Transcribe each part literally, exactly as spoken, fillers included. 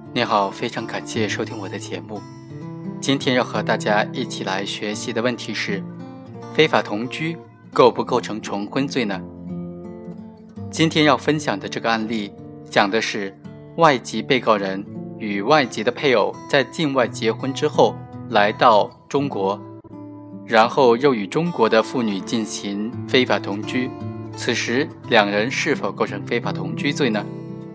你好，非常感谢收听我的节目。今天要和大家一起来学习的问题是：非法同居构不构成重婚罪呢？今天要分享的这个案例讲的是外籍被告人与外籍的配偶在境外结婚之后来到中国，然后又与中国的妇女进行非法同居，此时两人是否构成非法同居罪呢？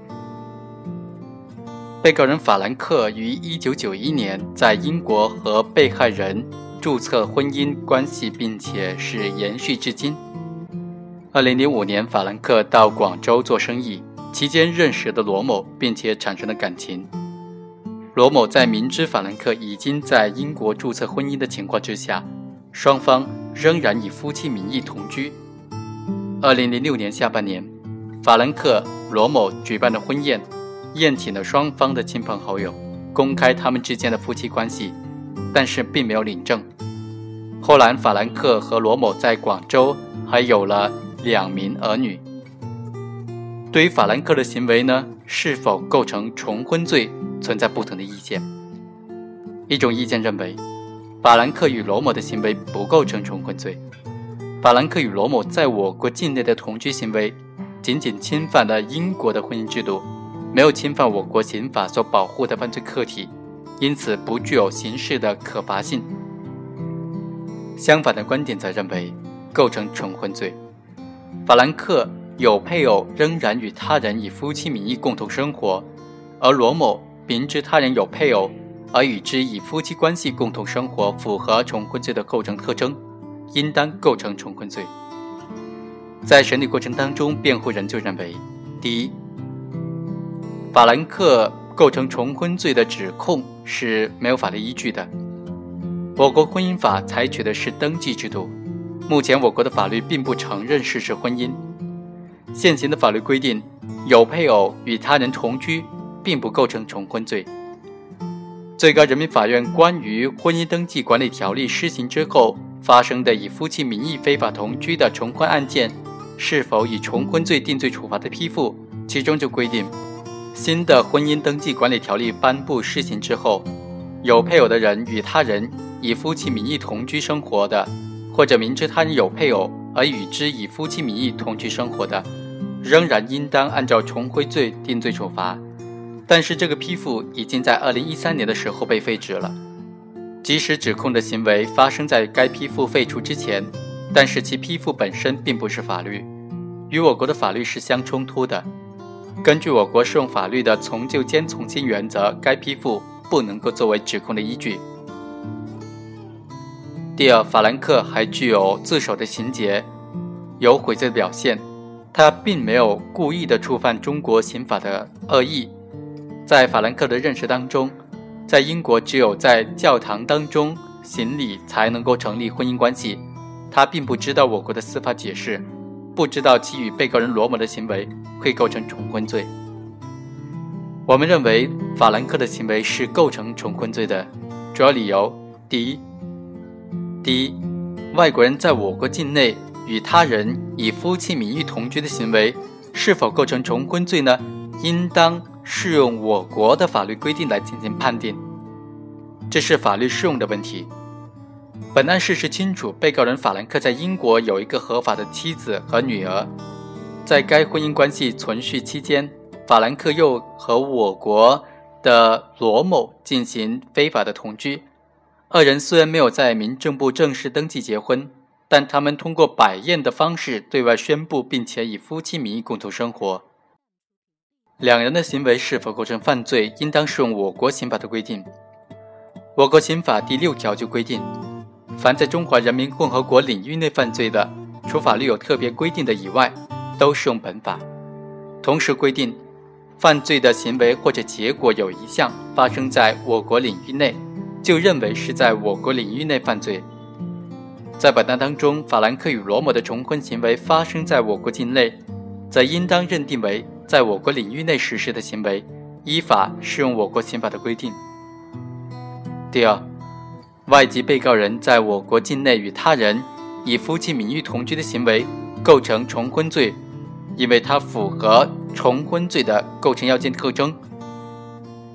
被告人法兰克于一九九一年在英国和被害人注册婚姻关系，并且是延续至今。二零零五年，法兰克到广州做生意，期间认识的罗某，并且产生了感情。罗某在明知法兰克已经在英国注册婚姻的情况之下，双方仍然以夫妻名义同居。二零零六年下半年，法兰克、罗某举办了婚宴，宴请了双方的亲朋好友，公开他们之间的夫妻关系，但是并没有领证。后来法兰克和罗某在广州还有了两名儿女。对于法兰克的行为呢，是否构成重婚罪，存在不同的意见。一种意见认为，法兰克与罗某的行为不构成重婚罪。法兰克与罗某在我国境内的同居行为仅仅侵犯了英国的婚姻制度，没有侵犯我国刑法所保护的犯罪客体，因此不具有刑事的可罚性。相反的观点则认为构成重婚罪。法兰克有配偶仍然与他人以夫妻名义共同生活，而罗某明知他人有配偶而与之以夫妻关系共同生活，符合重婚罪的构成特征，应当构成重婚罪。在审理过程当中，辩护人就认为，第一，法兰克构成重婚罪的指控是没有法律依据的。我国婚姻法采取的是登记制度，目前我国的法律并不承认事实婚姻。现行的法律规定，有配偶与他人同居并不构成重婚罪。最高人民法院关于婚姻登记管理条例施行之后发生的以夫妻名义非法同居的重婚案件，是否以重婚罪定罪处罚的批复，其中就规定，新的婚姻登记管理条例颁布施行之后，有配偶的人与他人以夫妻名义同居生活的，或者明知他人有配偶而与之以夫妻名义同居生活的，仍然应当按照重婚罪定罪处罚。但是这个批复已经在二零一三年的时候被废止了。即使指控的行为发生在该批复废除之前，但是其批复本身并不是法律，与我国的法律是相冲突的。根据我国适用法律的从旧兼从轻原则，该批复不能够作为指控的依据。第二，法兰克还具有自首的情节，有悔罪的表现，他并没有故意的触犯中国刑法的恶意。在法兰克的认识当中，在英国只有在教堂当中行礼才能够成立婚姻关系，他并不知道我国的司法解释，不知道其与被告人罗某的行为会构成重婚罪。我们认为法兰克的行为是构成重婚罪的，主要理由：第一，第一，外国人在我国境内与他人以夫妻名义同居的行为是否构成重婚罪呢？应当适用我国的法律规定来进行判定，这是法律适用的问题。本案事实清楚，被告人法兰克在英国有一个合法的妻子和女儿，在该婚姻关系存续期间，法兰克又和我国的罗某进行非法的同居。二人虽然没有在民政部正式登记结婚，但他们通过摆宴的方式对外宣布，并且以夫妻名义共同生活。两人的行为是否构成犯罪，应当适用我国刑法的规定。我国刑法第六条就规定，凡在中华人民共和国领域内犯罪的，除法律有特别规定的以外，都适用本法。同时规定，犯罪的行为或者结果有一项发生在我国领域内，就认为是在我国领域内犯罪。在本案当中，法兰克与罗某的重婚行为发生在我国境内，则应当认定为在我国领域内实施的行为，依法适用我国刑法的规定。第二，外籍被告人在我国境内与他人以夫妻名义同居的行为构成重婚罪，因为它符合重婚罪的构成要件特征。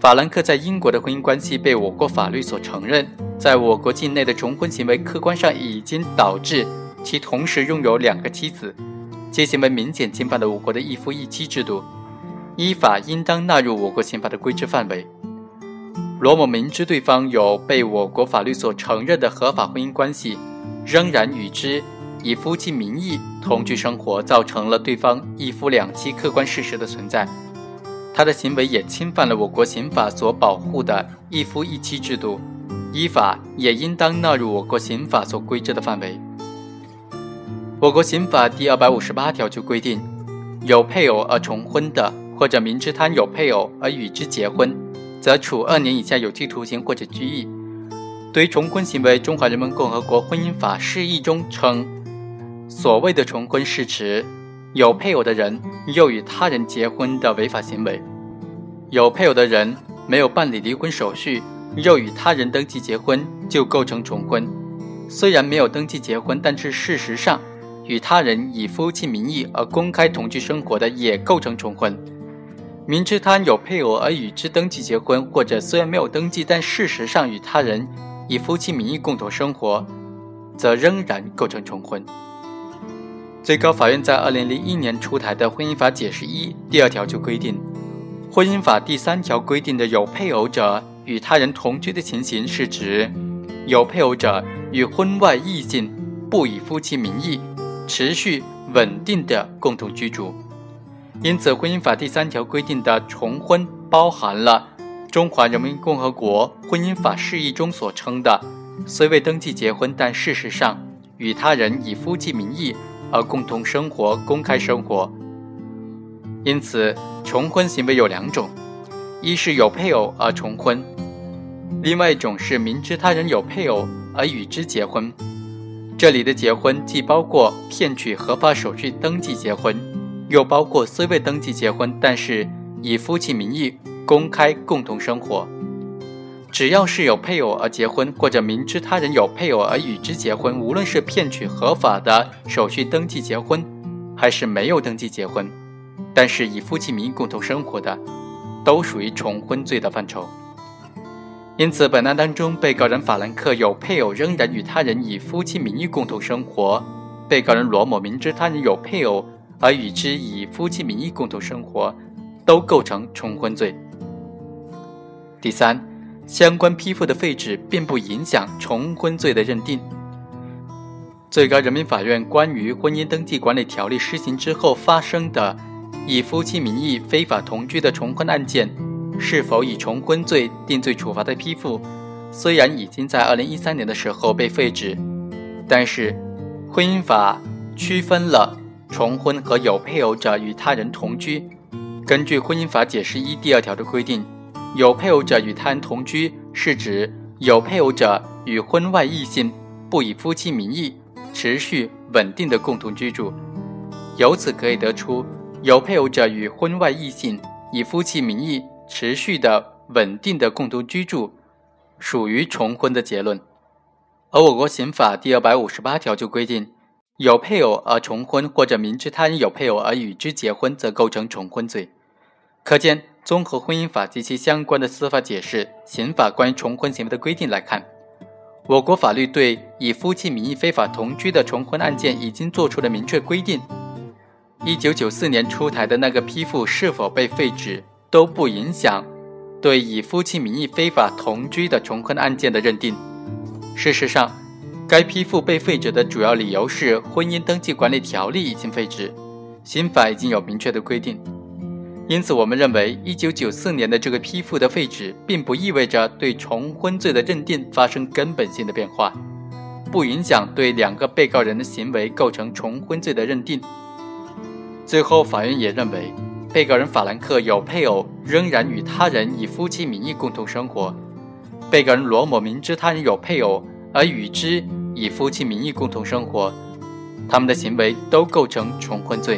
法兰克在英国的婚姻关系被我国法律所承认，在我国境内的重婚行为客观上已经导致其同时拥有两个妻子，其行为明显侵犯了我国的一夫一妻制度，依法应当纳入我国刑法的规制范围。罗某明知对方有被我国法律所承认的合法婚姻关系，仍然与之以夫妻名义同居生活，造成了对方一夫两妻客观事实的存在。他的行为也侵犯了我国刑法所保护的一夫一妻制度，依法也应当纳入我国刑法所规制的范围。我国刑法第二百五十八条就规定，有配偶而重婚的，或者明知他有配偶而与之结婚，则处二年以下有期徒刑或者拘役。对于重婚行为，中华人民共和国婚姻法释义中称，所谓的重婚是指有配偶的人又与他人结婚的违法行为。有配偶的人没有办理离婚手续，又与他人登记结婚，就构成重婚。虽然没有登记结婚，但是事实上与他人以夫妻名义而公开同居生活的，也构成重婚。明知他有配偶而与之登记结婚，或者虽然没有登记，但事实上与他人以夫妻名义共同生活，则仍然构成重婚。最高法院在二零零一年出台的婚姻法解释一第二条就规定，婚姻法第三条规定的有配偶者与他人同居的情形，是指有配偶者与婚外异性不以夫妻名义持续稳定的共同居住。因此婚姻法第三条规定的重婚包含了中华人民共和国婚姻法释义中所称的虽未登记结婚，但事实上与他人以夫妻名义而共同生活、公开生活。因此重婚行为有两种，一是有配偶而重婚，另外一种是明知他人有配偶而与之结婚。这里的结婚既包括骗取合法手续登记结婚，又包括虽未登记结婚，但是以夫妻名义公开共同生活。只要是有配偶而结婚，或者明知他人有配偶而与之结婚，无论是骗取合法的手续登记结婚，还是没有登记结婚，但是以夫妻名义共同生活的，都属于重婚罪的范畴。因此本案当中，被告人法兰克有配偶仍然与他人以夫妻名义共同生活，被告人罗某明知他人有配偶而与之以夫妻名义共同生活，都构成重婚罪。第三，相关批复的废止并不影响重婚罪的认定。最高人民法院关于婚姻登记管理条例施行之后发生的以夫妻名义非法同居的重婚案件，是否以重婚罪定罪处罚的批复，虽然已经在二零一三年的时候被废止，但是婚姻法区分了重婚和有配偶者与他人同居。根据婚姻法解释一第二条的规定，有配偶者与他人同居，是指有配偶者与婚外异性不以夫妻名义持续稳定的共同居住。由此可以得出，有配偶者与婚外异性以夫妻名义持续的稳定的共同居住，属于重婚的结论。而我国刑法第二百五十八条就规定，有配偶而重婚，或者明知他人有配偶而与之结婚，则构成重婚罪。可见综合婚姻法及其相关的司法解释、刑法关于重婚行为的规定来看，我国法律对以夫妻名义非法同居的重婚案件已经做出了明确规定。一九九四年出台的那个批复是否被废止，都不影响对以夫妻名义非法同居的重婚案件的认定。事实上，该批复被废止的主要理由是婚姻登记管理条例已经废止，刑法已经有明确的规定。因此我们认为一九九四年的这个批复的废止，并不意味着对重婚罪的认定发生根本性的变化，不影响对两个被告人的行为构成重婚罪的认定。最后法院也认为，被告人法兰克有配偶仍然与他人以夫妻名义共同生活，被告人罗某明知他人有配偶而与之以夫妻名义共同生活，他们的行为都构成重婚罪。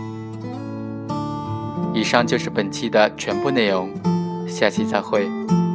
以上就是本期的全部内容，下期再会。